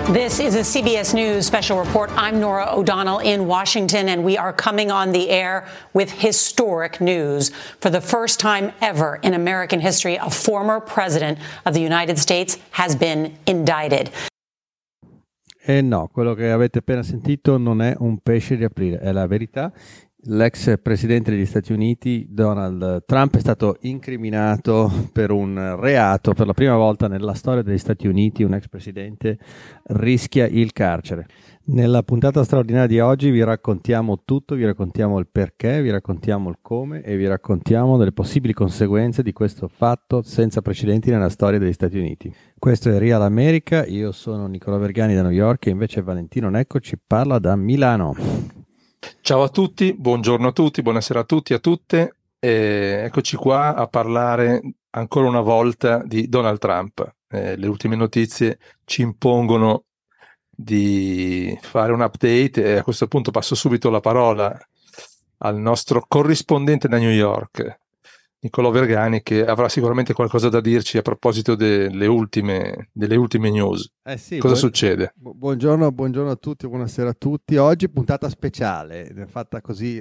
This is a CBS News special report. I'm Norah O'Donnell in Washington, and we are coming on the air with historic news. For the first time ever in American history, a former president of the United States has been indicted. E no, quello che avete appena sentito non è un pesce di aprile, è la verità. L'ex presidente degli Stati Uniti, Donald Trump, è stato incriminato per un reato. Per la prima volta nella storia degli Stati Uniti un ex presidente rischia il carcere. Nella puntata straordinaria di oggi vi raccontiamo tutto, vi raccontiamo il perché, vi raccontiamo il come e vi raccontiamo delle possibili conseguenze di questo fatto senza precedenti nella storia degli Stati Uniti. Questo è Real America, io sono Nicola Vergani da New York e invece Valentino Necco ci parla da Milano. Ciao a tutti, buongiorno a tutti, buonasera a tutti e a tutte. Eccoci qua a parlare ancora una volta di Donald Trump. Le ultime notizie ci impongono di fare un update e a questo punto passo subito la parola al nostro corrispondente da New York, Nicolò Vergani, che avrà sicuramente qualcosa da dirci a proposito delle ultime news. Sì, cosa succede? Buongiorno a tutti, buonasera a tutti. Oggi puntata speciale, fatta così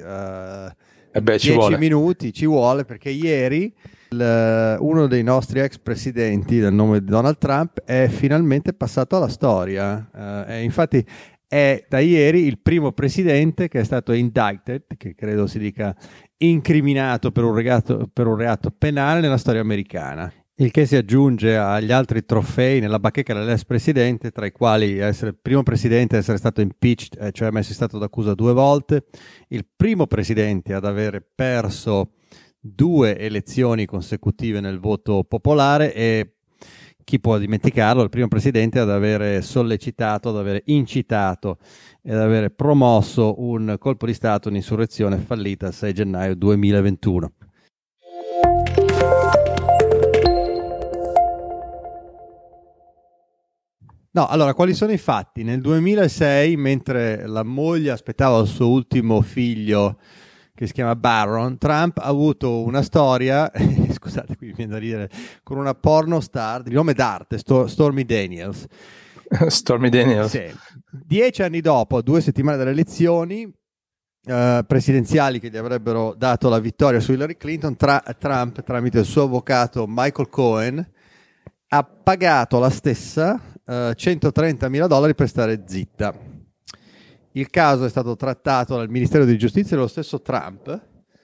10 minuti, ci vuole perché ieri uno dei nostri ex presidenti del nome di Donald Trump è finalmente passato alla storia. Infatti è da ieri il primo presidente che è stato indicted, che credo si dica incriminato per un reato penale nella storia americana, il che si aggiunge agli altri trofei nella bacheca dell'ex presidente, tra i quali essere il primo presidente ad essere stato impeached, cioè messo in stato d'accusa 2 volte, il primo presidente ad aver perso 2 elezioni consecutive nel voto popolare e, chi può dimenticarlo, il primo presidente ad avere sollecitato, ad avere incitato e ad avere promosso un colpo di Stato, un'insurrezione fallita il 6 gennaio 2021. No, allora, quali sono i fatti? Nel 2006, mentre la moglie aspettava il suo ultimo figlio, che si chiama Barron, Trump ha avuto una storia, scusate, qui mi viene da ridere, con una porno star di nome d'arte, Stormy Daniels. Stormy Daniels. Sì. 10 anni dopo, 2 settimane dalle elezioni presidenziali che gli avrebbero dato la vittoria su Hillary Clinton, Trump, tramite il suo avvocato Michael Cohen, ha pagato la stessa $130.000 per stare zitta. Il caso è stato trattato dal Ministero di Giustizia dello stesso Trump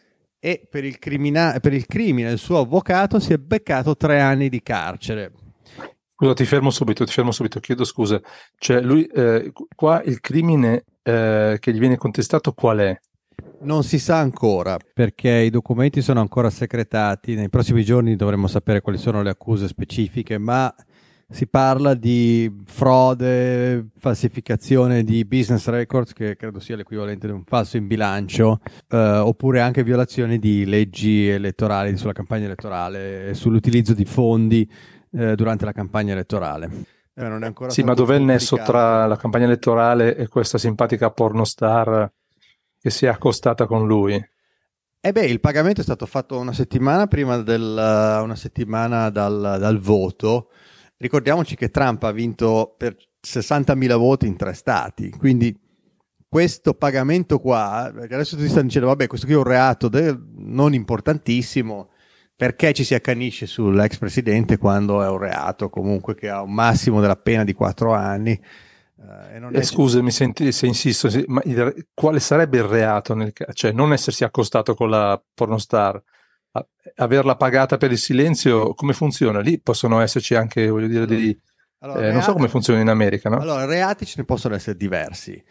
e per il crimine il suo avvocato si è beccato 3 anni di carcere. Scusa, ti fermo subito, chiedo scusa. Cioè lui, qua il crimine che gli viene contestato qual è? Non si sa ancora, perché i documenti sono ancora segretati. Nei prossimi giorni dovremo sapere quali sono le accuse specifiche, ma si parla di frode, falsificazione di business records, che credo sia l'equivalente di un falso in bilancio, oppure anche violazione di leggi elettorali sulla campagna elettorale e sull'utilizzo di fondi durante la campagna elettorale. Non è ancora sì, ma dov'è il nesso tra la campagna elettorale e questa simpatica pornostar che si è accostata con lui? Il pagamento è stato fatto una settimana prima una settimana dal voto. Ricordiamoci che Trump ha vinto per 60.000 voti in 3 stati, quindi questo pagamento qua, adesso ti stanno dicendo vabbè, questo qui è un reato non importantissimo, perché ci si accanisce sull'ex presidente quando è un reato comunque che ha un massimo della pena di 4 anni. Scusami se insisto, ma quale sarebbe il reato? Cioè non essersi accostato con la pornostar? Averla pagata per il silenzio, come funziona? Lì possono esserci anche, voglio dire, non so come funziona in America, no? Allora, reati ce ne possono essere diversi.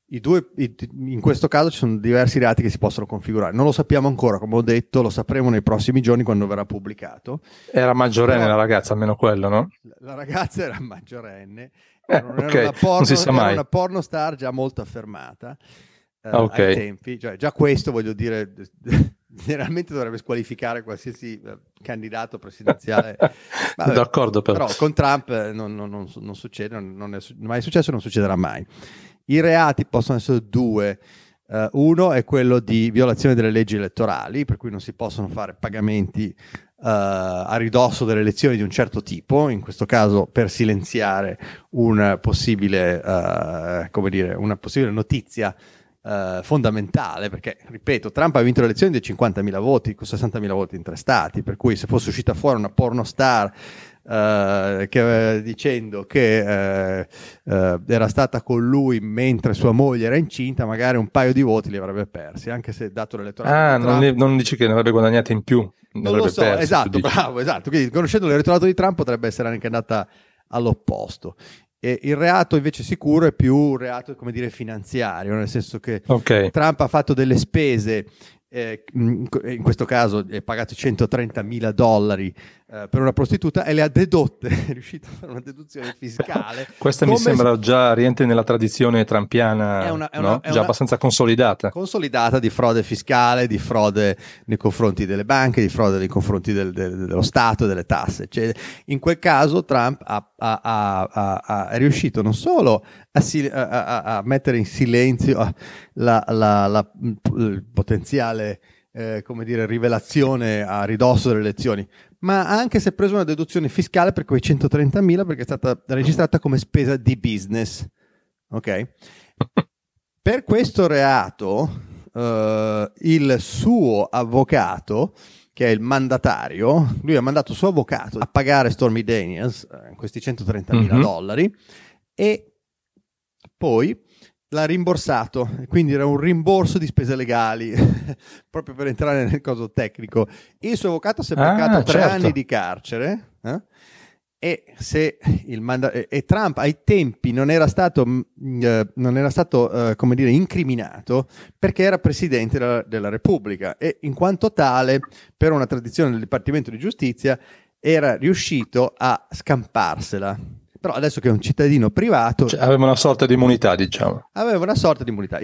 In questo caso ci sono diversi reati che si possono configurare. Non lo sappiamo ancora, come ho detto, lo sapremo nei prossimi giorni quando verrà pubblicato. Era maggiorenne la ragazza, almeno quello, no? La ragazza era maggiorenne, non si sa mai. Era una pornostar già molto affermata ai tempi. Cioè, già questo, voglio dire, generalmente dovrebbe squalificare qualsiasi candidato presidenziale. Vabbè, d'accordo, però con Trump non succede, non è mai successo e non succederà mai. I reati possono essere 2. Uno è quello di violazione delle leggi elettorali, per cui non si possono fare pagamenti a ridosso delle elezioni di un certo tipo, in questo caso per silenziare una possibile notizia fondamentale, perché, ripeto, Trump ha vinto le elezioni di 50.000 voti con 60.000 voti in 3 stati, per cui se fosse uscita fuori una pornostar dicendo che era stata con lui mentre sua moglie era incinta, magari un paio di voti li avrebbe persi, anche se dato l'elettorato non dici che ne avrebbe guadagnati in più, non lo so, persi, esatto, bravo, esatto, quindi conoscendo l'elettorato di Trump potrebbe essere anche andata all'opposto. E il reato invece sicuro è più un reato, come dire, finanziario, nel senso che Trump ha fatto delle spese, in questo caso è pagato $130.000 per una prostituta e le ha dedotte, è riuscito a fare una deduzione fiscale. Questa mi sembra già rientri nella tradizione trumpiana, già abbastanza consolidata di frode fiscale, di frode nei confronti delle banche, di frode nei confronti dello Stato e delle tasse. Cioè, in quel caso Trump è riuscito non solo a mettere in silenzio la potenziale rivelazione a ridosso delle elezioni, ma anche se ha preso una deduzione fiscale per quei 130.000 perché è stata registrata come spesa di business. Ok? Per questo reato il suo avvocato, che è il mandatario, lui ha mandato il suo avvocato a pagare Stormy Daniels questi $130.000 e poi l'ha rimborsato, quindi era un rimborso di spese legali proprio per entrare nel coso tecnico. Il suo avvocato si è beccato 3 anni di carcere e Trump ai tempi non era stato incriminato perché era presidente della Repubblica e in quanto tale, per una tradizione del Dipartimento di Giustizia, era riuscito a scamparsela. Però adesso che è un cittadino privato, aveva una sorta di immunità, diciamo. Aveva una sorta di immunità.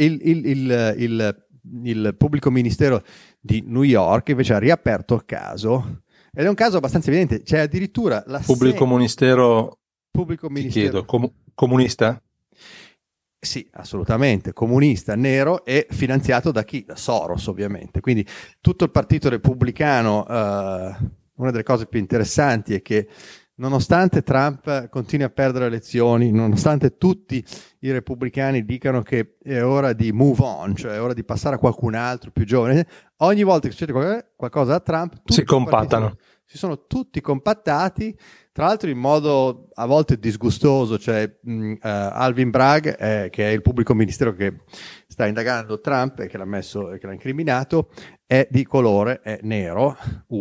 Il pubblico ministero di New York invece ha riaperto il caso ed è un caso abbastanza evidente. C'è addirittura la pubblico ministero. Ti chiedo, comunista? Sì, assolutamente, comunista, nero e finanziato da chi? Da Soros, ovviamente. Quindi tutto il partito repubblicano, una delle cose più interessanti è che nonostante Trump continui a perdere le elezioni, nonostante tutti i repubblicani dicano che è ora di move on, cioè è ora di passare a qualcun altro più giovane, ogni volta che succede qualcosa a Trump si compattano. Si sono tutti compattati, tra l'altro in modo a volte disgustoso. Cioè Alvin Bragg, che è il pubblico ministero che sta indagando Trump e che l'ha incriminato, è di colore, è nero,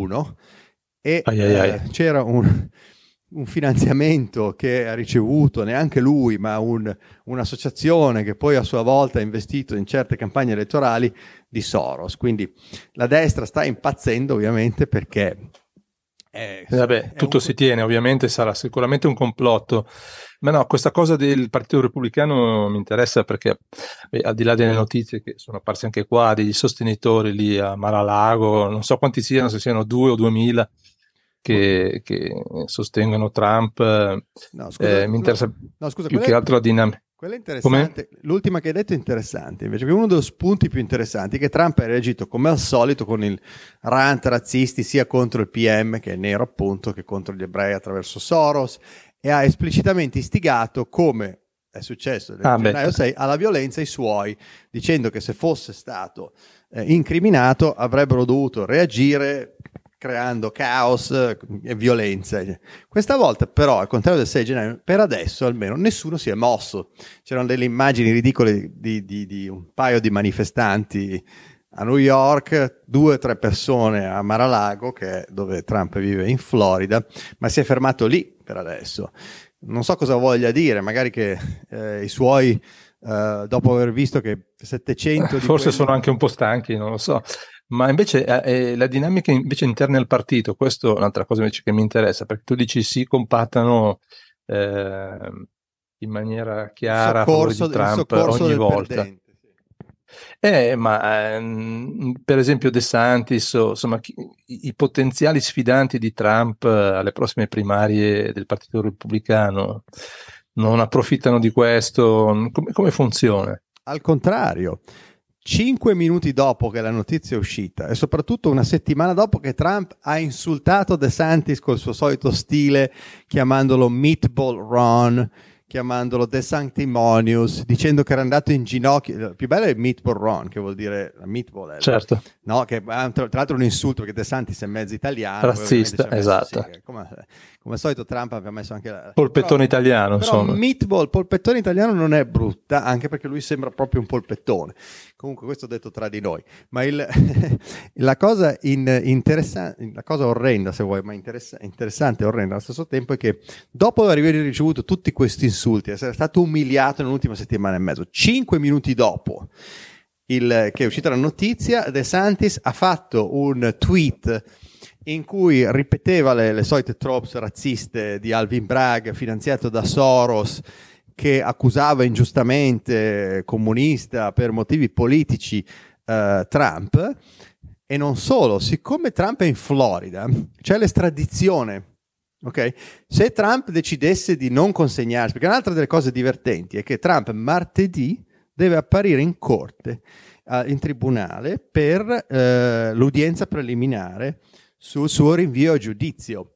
e c'era un finanziamento che ha ricevuto neanche lui, ma un'associazione che poi a sua volta ha investito in certe campagne elettorali di Soros. Quindi la destra sta impazzendo, ovviamente, perché tutto si tiene, ovviamente sarà sicuramente un complotto, ma no, questa cosa del Partito Repubblicano mi interessa perché al di là delle notizie che sono apparse anche qua, degli sostenitori lì a Mar-a-Lago, non so quanti siano, se siano 2 o 2.000 che sostengono Trump. Mi interessa più che altro la dinamica. Quella è interessante. L'ultima che hai detto è interessante, invece, che uno degli spunti più interessanti è che Trump ha reagito come al solito con il rant razzisti sia contro il PM, che è nero appunto, che contro gli ebrei attraverso Soros, e ha esplicitamente istigato, come è successo nel gennaio 6, alla violenza i suoi, dicendo che se fosse stato incriminato avrebbero dovuto reagire creando caos e violenza. Questa volta però, al contrario del 6 gennaio, per adesso almeno nessuno si è mosso. C'erano delle immagini ridicole di un paio di manifestanti a New York, 2 o 3 persone a Mar-a-Lago, che è dove Trump vive in Florida, ma si è fermato lì per adesso. Non so cosa voglia dire, magari che i suoi, dopo aver visto che 700 di forse sono anche un po' stanchi, non lo so. Ma invece la dinamica invece interna al partito, questo è un'altra cosa invece che mi interessa, perché tu dici si compattano in maniera chiara a favore di Trump ogni volta. Per esempio De Santis, insomma, i potenziali sfidanti di Trump alle prossime primarie del Partito Repubblicano non approfittano di questo? Come funziona? Al contrario. 5 minuti dopo che la notizia è uscita e soprattutto una settimana dopo che Trump ha insultato DeSantis col suo solito stile, chiamandolo Meatball Ron, chiamandolo The Sanctimonious, dicendo che era andato in ginocchio. Il più bello è Meatball Ron, che vuol dire meatball, certo, no? Che tra l'altro è un insulto perché DeSantis è mezzo italiano, razzista, esatto. Sì, come al solito Trump aveva messo anche polpettone italiano, insomma. Meatball, polpettone italiano non è brutta, anche perché lui sembra proprio un polpettone. Comunque questo detto tra di noi, ma la cosa interessante, la cosa orrenda se vuoi, ma interessante e orrenda allo stesso tempo, è che dopo aver ricevuto tutti questi insulti, essere stato umiliato nell'ultima settimana e mezzo, 5 minuti dopo che è uscita la notizia, DeSantis ha fatto un tweet in cui ripeteva le solite tropes razziste di Alvin Bragg, finanziato da Soros, che accusava ingiustamente comunista per motivi politici Trump. E non solo, siccome Trump è in Florida, c'è l'estradizione, ok? Se Trump decidesse di non consegnarsi, perché un'altra delle cose divertenti è che Trump martedì deve apparire in corte, in tribunale, per l'udienza preliminare sul suo rinvio a giudizio.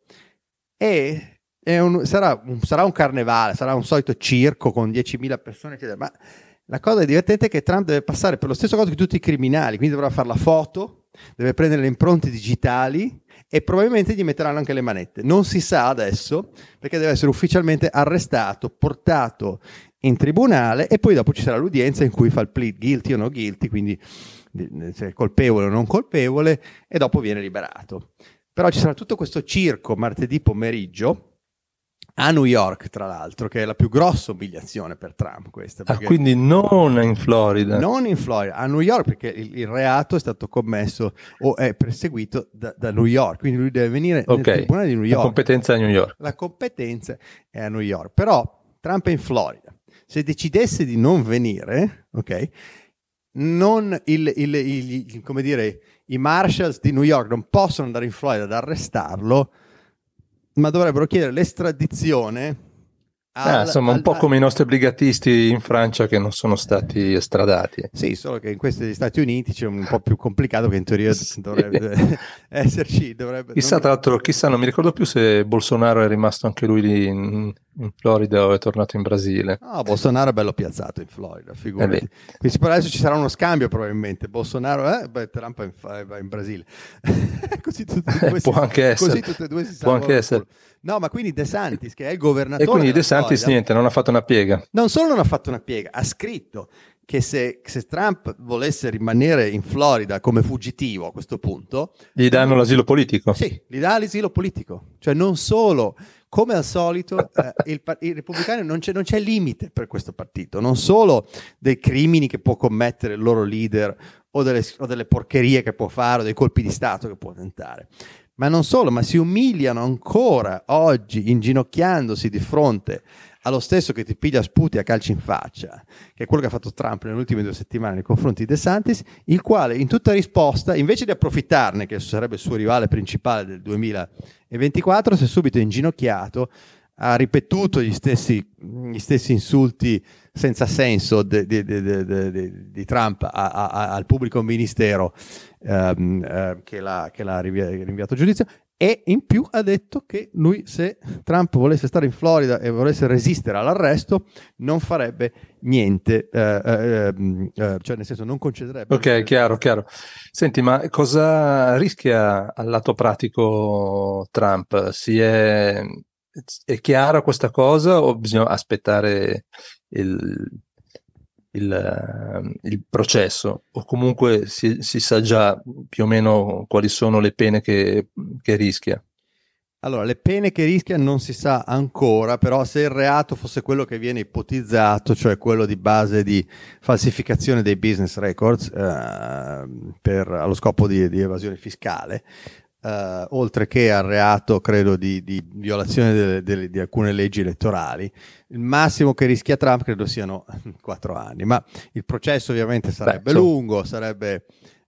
E sarà un carnevale, sarà un solito circo con 10.000 persone, eccetera. Ma la cosa divertente è che Trump deve passare per lo stesso cosa che tutti i criminali, quindi dovrà fare la foto, deve prendere le impronte digitali e probabilmente gli metteranno anche le manette. Non si sa adesso, perché deve essere ufficialmente arrestato, portato in tribunale e poi dopo ci sarà l'udienza in cui fa il plead guilty o no guilty, quindi se è colpevole o non colpevole, e dopo viene liberato. Però ci sarà tutto questo circo martedì pomeriggio a New York, tra l'altro, che è la più grossa umiliazione per Trump questa. Quindi non in Florida. Non in Florida, a New York, perché il reato è stato commesso o è perseguito da New York, quindi lui deve venire nel tribunale di New York. La competenza è a New York. La competenza è a New York, però Trump è in Florida. Se decidesse di non venire, ok, non come dire, i marshals di New York non possono andare in Florida ad arrestarlo, ma dovrebbero chiedere l'estradizione. Insomma, un po' come i nostri brigatisti in Francia che non sono stati estradati. Sì, solo che in questi degli Stati Uniti c'è un po' più complicato, che in teoria dovrebbe esserci. Chissà, tra l'altro, non mi ricordo più se Bolsonaro è rimasto anche lui lì in Florida o è tornato in Brasile. No, Bolsonaro è bello piazzato in Florida, figurati. Quindi adesso ci sarà uno scambio probabilmente. Bolsonaro, Trump va in Brasile. Così tutti e due può anche essere. Tutti e due si può anche essere. No, ma quindi DeSantis, che è il governatore. E quindi DeSantis niente, non ha fatto una piega. Non solo non ha fatto una piega, ha scritto che se Trump volesse rimanere in Florida come fuggitivo a questo punto, gli danno l'asilo politico. Sì, gli dà l'asilo politico. Cioè non solo, come al solito, i repubblicani non c'è limite per questo partito, non solo dei crimini che può commettere il loro leader o delle porcherie che può fare o dei colpi di Stato che può tentare. Ma non solo, ma si umiliano ancora oggi inginocchiandosi di fronte allo stesso che ti piglia sputi a calci in faccia, che è quello che ha fatto Trump nelle ultime 2 settimane nei confronti di DeSantis, il quale in tutta risposta, invece di approfittarne, che sarebbe il suo rivale principale del 2024, si è subito inginocchiato, ha ripetuto gli stessi insulti senza senso di Trump al pubblico ministero che l'ha rinviato a giudizio, e in più ha detto che lui, se Trump volesse stare in Florida e volesse resistere all'arresto, non farebbe niente, cioè nel senso non concederebbe. Ok, chiaro. Senti, ma cosa rischia al lato pratico Trump? È chiara questa cosa o bisogna aspettare il processo, o comunque si sa già più o meno quali sono le pene che rischia? Allora, le pene che rischia non si sa ancora, però se il reato fosse quello che viene ipotizzato, cioè quello di base di falsificazione dei business records allo scopo di evasione fiscale, oltre che al reato, credo, di violazione di alcune leggi elettorali, il massimo che rischia Trump credo siano 4 anni, ma il processo ovviamente sarebbe lungo, sarebbe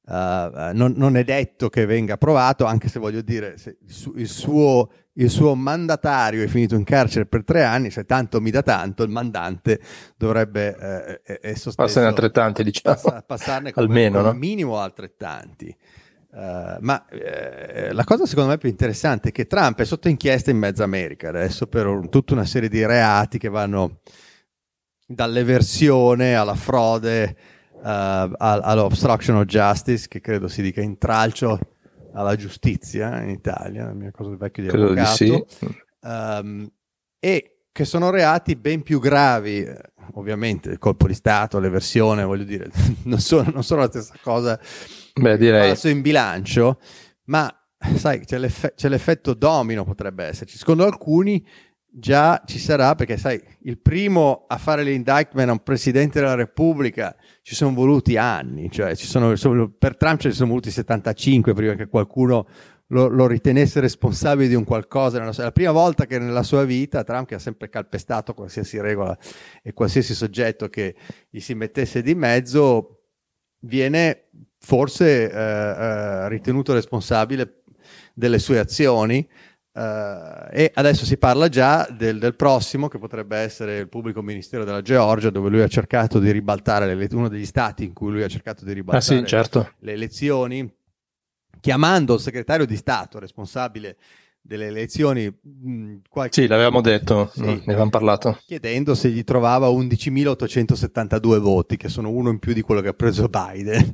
non è detto che venga approvato, anche se voglio dire, se il suo mandatario è finito in carcere per 3 anni, se tanto mi dà tanto, il mandante dovrebbe passarne altrettanti, diciamo, passarne almeno, come minimo altrettanti. Ma la cosa secondo me più interessante è che Trump è sotto inchiesta in mezza America adesso per tutta una serie di reati che vanno dall'eversione alla frode, all'obstruction of justice, che credo si dica intralcio alla giustizia in Italia, la mia cosa del vecchio di credo avvocato, di sì. E che sono reati ben più gravi, ovviamente il colpo di Stato, l'eversione, voglio dire, non sono la stessa cosa. Beh, direi Falso in bilancio, ma sai, c'è l'effetto domino, potrebbe esserci. Secondo alcuni già ci sarà, perché sai, il primo a fare l'indictment a un presidente della Repubblica ci sono voluti anni, cioè per Trump ci sono voluti 75 prima che qualcuno lo ritenesse responsabile di un qualcosa. È la prima volta che nella sua vita Trump, che ha sempre calpestato qualsiasi regola e qualsiasi soggetto che gli si mettesse di mezzo, viene forse ritenuto responsabile delle sue azioni, e adesso si parla già del prossimo, che potrebbe essere il pubblico ministero della Georgia, dove lui ha cercato di ribaltare uno degli stati in cui lui ha cercato di ribaltare certo, le elezioni, chiamando il segretario di Stato responsabile delle elezioni. Sì, l'avevamo detto, sì, ne avevamo parlato. Chiedendo se gli trovava 11.872 voti, che sono uno in più di quello che ha preso Biden.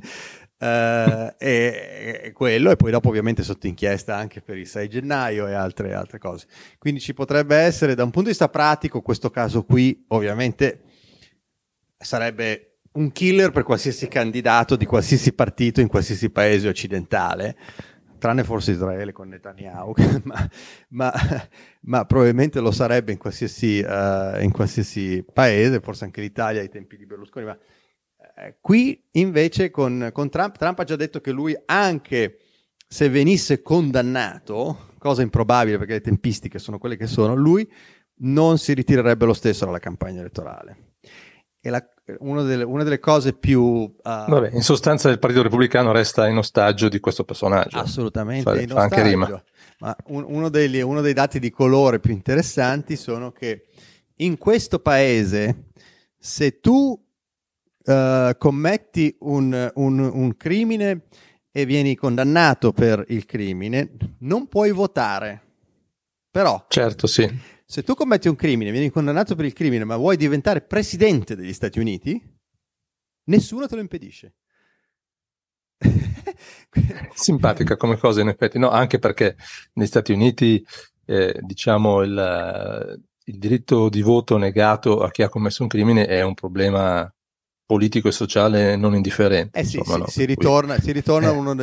E quello, e poi dopo ovviamente sotto inchiesta anche per il 6 gennaio e altre cose. Quindi ci potrebbe essere, da un punto di vista pratico, questo caso qui ovviamente sarebbe un killer per qualsiasi candidato di qualsiasi partito in qualsiasi paese occidentale, tranne forse Israele con Netanyahu, ma probabilmente lo sarebbe in qualsiasi paese, forse anche l'Italia ai tempi di Berlusconi. Ma qui invece con Trump ha già detto che lui, anche se venisse condannato, cosa improbabile perché le tempistiche sono quelle che sono, lui non si ritirerebbe lo stesso dalla campagna elettorale. E una delle cose più vabbè, in sostanza il Partito Repubblicano resta in ostaggio di questo personaggio. Assolutamente in ostaggio, anche rima. Ma uno dei dati di colore più interessanti sono che in questo paese, se tu commetti un crimine e vieni condannato per il crimine, non puoi votare. Però certo, sì, se tu commetti un crimine, vieni condannato per il crimine, ma vuoi diventare presidente degli Stati Uniti, nessuno te lo impedisce. Simpatica come cosa, in effetti. No, anche perché negli Stati Uniti diciamo il diritto di voto negato a chi ha commesso un crimine è un problema politico e sociale non indifferente. Insomma, no? Si ritorna a una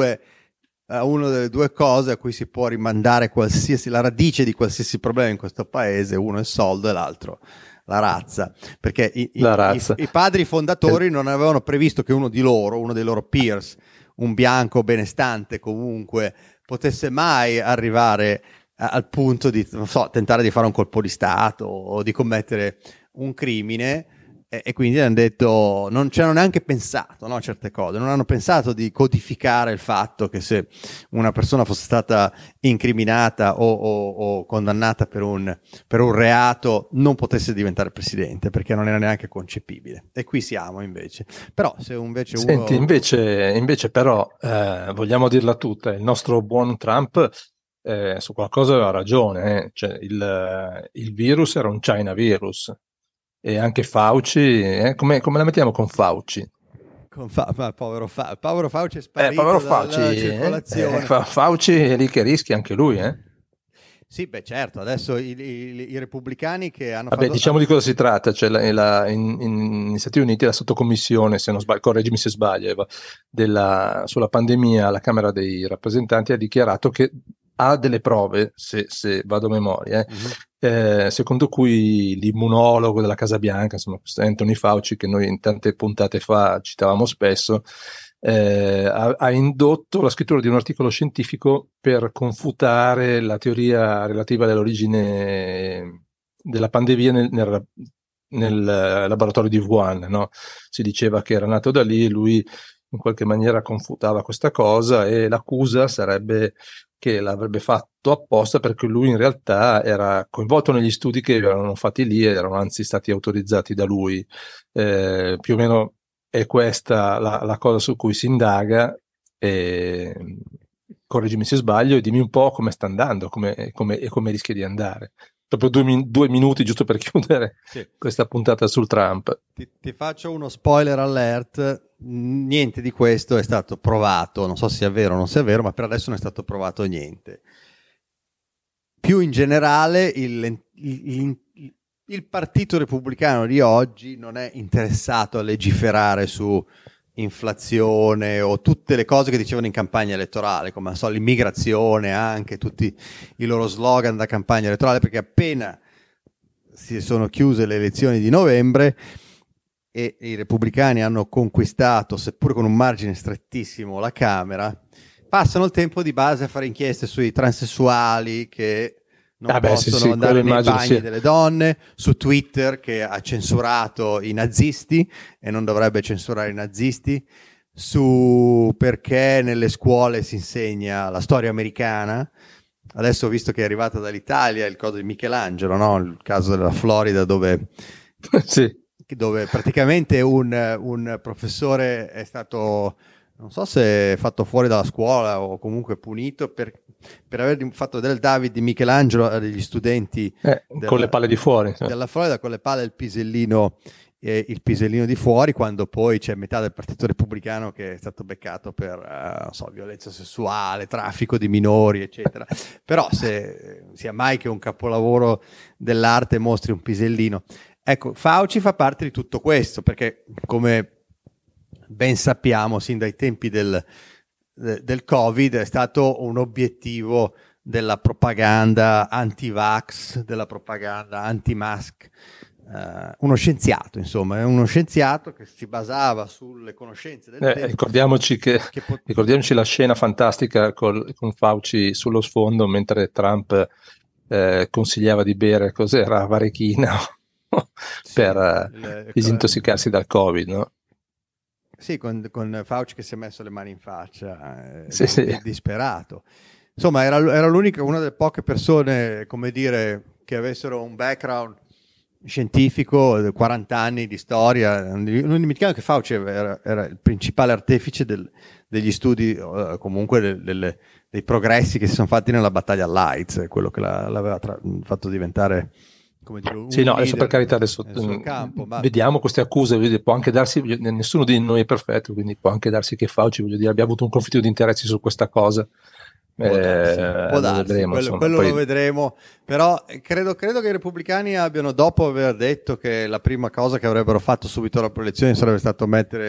delle due cose a cui si può rimandare la radice di qualsiasi problema in questo paese. Uno è il soldo e l'altro la razza, perché i padri fondatori non avevano previsto che uno dei loro peers, un bianco benestante comunque, potesse mai arrivare al punto di, non so, tentare di fare un colpo di Stato o di commettere un crimine. E quindi hanno detto, non ci hanno neanche pensato, no, a certe cose, non hanno pensato di codificare il fatto che se una persona fosse stata incriminata o condannata per un reato non potesse diventare presidente, perché non era neanche concepibile. E qui siamo invece. Però se invece uno... Senti, invece però, vogliamo dirla tutta, il nostro buon Trump su qualcosa aveva ragione, cioè il virus era un China virus. E anche Fauci, come la mettiamo con Fauci? Povero Fauci è sparito dalla circolazione. Fauci è lì che rischia anche lui, Sì, beh, certo, adesso i repubblicani che hanno fatto... diciamo di cosa si tratta, cioè in Stati Uniti la sottocommissione, se non sbaglio, correggimi se sbaglio, sulla pandemia, la Camera dei rappresentanti ha dichiarato che ha delle prove, se vado a memoria, secondo cui l'immunologo della Casa Bianca, insomma, Anthony Fauci, che noi in tante puntate fa citavamo spesso, ha indotto la scrittura di un articolo scientifico per confutare la teoria relativa all'origine della pandemia nel laboratorio di Wuhan, no? Si diceva che era nato da lì, lui in qualche maniera confutava questa cosa, e l'accusa sarebbe che l'avrebbe fatto apposta perché lui in realtà era coinvolto negli studi che erano fatti lì e erano anzi stati autorizzati da lui. Più o meno è questa la cosa su cui si indaga. Correggimi se sbaglio e dimmi un po' come sta andando, come rischia di andare. Proprio 2 minuti giusto per chiudere questa puntata sul Trump. Ti faccio uno spoiler alert: niente di questo è stato provato, non so se sia vero o non sia vero, ma per adesso non è stato provato niente. Più in generale il partito repubblicano di oggi non è interessato a legiferare su inflazione o tutte le cose che dicevano in campagna elettorale, come non so, l'immigrazione, anche tutti i loro slogan da campagna elettorale, perché appena si sono chiuse le elezioni di novembre e i repubblicani hanno conquistato, seppur con un margine strettissimo, la Camera, passano il tempo di base a fare inchieste sui transessuali che non possono andare nei bagni delle donne, su Twitter che ha censurato i nazisti e non dovrebbe censurare i nazisti, su perché nelle scuole si insegna la storia americana. Adesso ho visto che è arrivata dall'Italia il caso di Michelangelo, no? Il caso della Florida dove praticamente un professore è stato, non so se fatto fuori dalla scuola o comunque punito per aver fatto vedere il David di Michelangelo a degli studenti con le palle di fuori della Florida, con le palle e il pisellino di fuori, quando poi c'è metà del partito repubblicano che è stato beccato per non so, violenza sessuale, traffico di minori, eccetera. Però se sia mai che un capolavoro dell'arte mostri un pisellino, ecco, Fauci fa parte di tutto questo, perché come ben sappiamo sin dai tempi del Covid è stato un obiettivo della propaganda anti-vax, della propaganda anti-mask, uno scienziato, insomma, è uno scienziato che si basava sulle conoscenze del tempo. Ricordiamoci la scena fantastica con Fauci sullo sfondo mentre Trump consigliava di bere, cos'era, varechina per disintossicarsi dal Covid, no? Sì, con Fauci che si è messo le mani in faccia, sì. disperato. Insomma, era l'unica, una delle poche persone, come dire, che avessero un background scientifico, 40 anni di storia. Non dimentichiamo che Fauci era il principale artefice degli studi, comunque dei progressi che si sono fatti nella battaglia all'AIDS, quello che l'aveva fatto diventare, come dire, un leader. Adesso per carità, campo, vediamo queste accuse, può anche darsi, nessuno di noi è perfetto, quindi può anche darsi che Fauci, abbia avuto un conflitto di interessi su questa cosa. Può darsi, vedremo, quello lo vedremo, però credo che i repubblicani abbiano, dopo aver detto che la prima cosa che avrebbero fatto subito dopo le elezioni sarebbe stato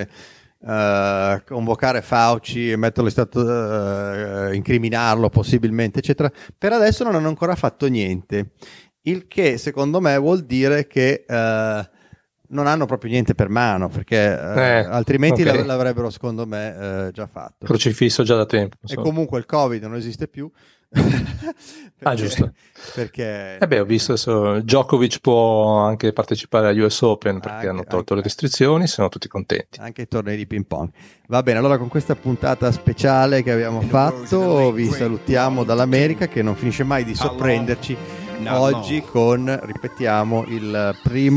convocare Fauci e metterlo in stato, incriminarlo possibilmente, eccetera, per adesso non hanno ancora fatto niente, il che secondo me vuol dire che non hanno proprio niente per mano, perché altrimenti l'avrebbero, secondo me, già fatto. Crocifisso già da tempo. E comunque il Covid non esiste più. Giusto. Perché ho visto adesso Djokovic può anche partecipare agli US Open perché hanno tolto le restrizioni, sono tutti contenti. Anche i tornei di ping pong. Va bene, allora con questa puntata speciale che abbiamo fatto vi salutiamo dall'America, che non finisce mai di sorprenderci. Oggi con, ripetiamo, la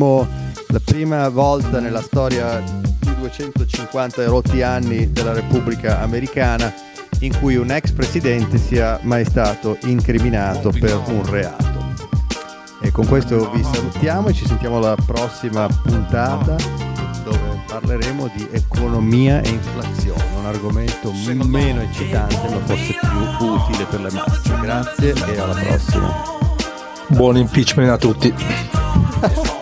prima volta nella storia di 250 rotti anni della Repubblica Americana in cui un ex presidente sia mai stato incriminato per un reato. E con questo vi salutiamo e ci sentiamo alla prossima puntata, dove parleremo di economia e inflazione, un argomento meno eccitante ma forse più utile per le masse. Grazie e alla prossima. Buon impeachment a tutti.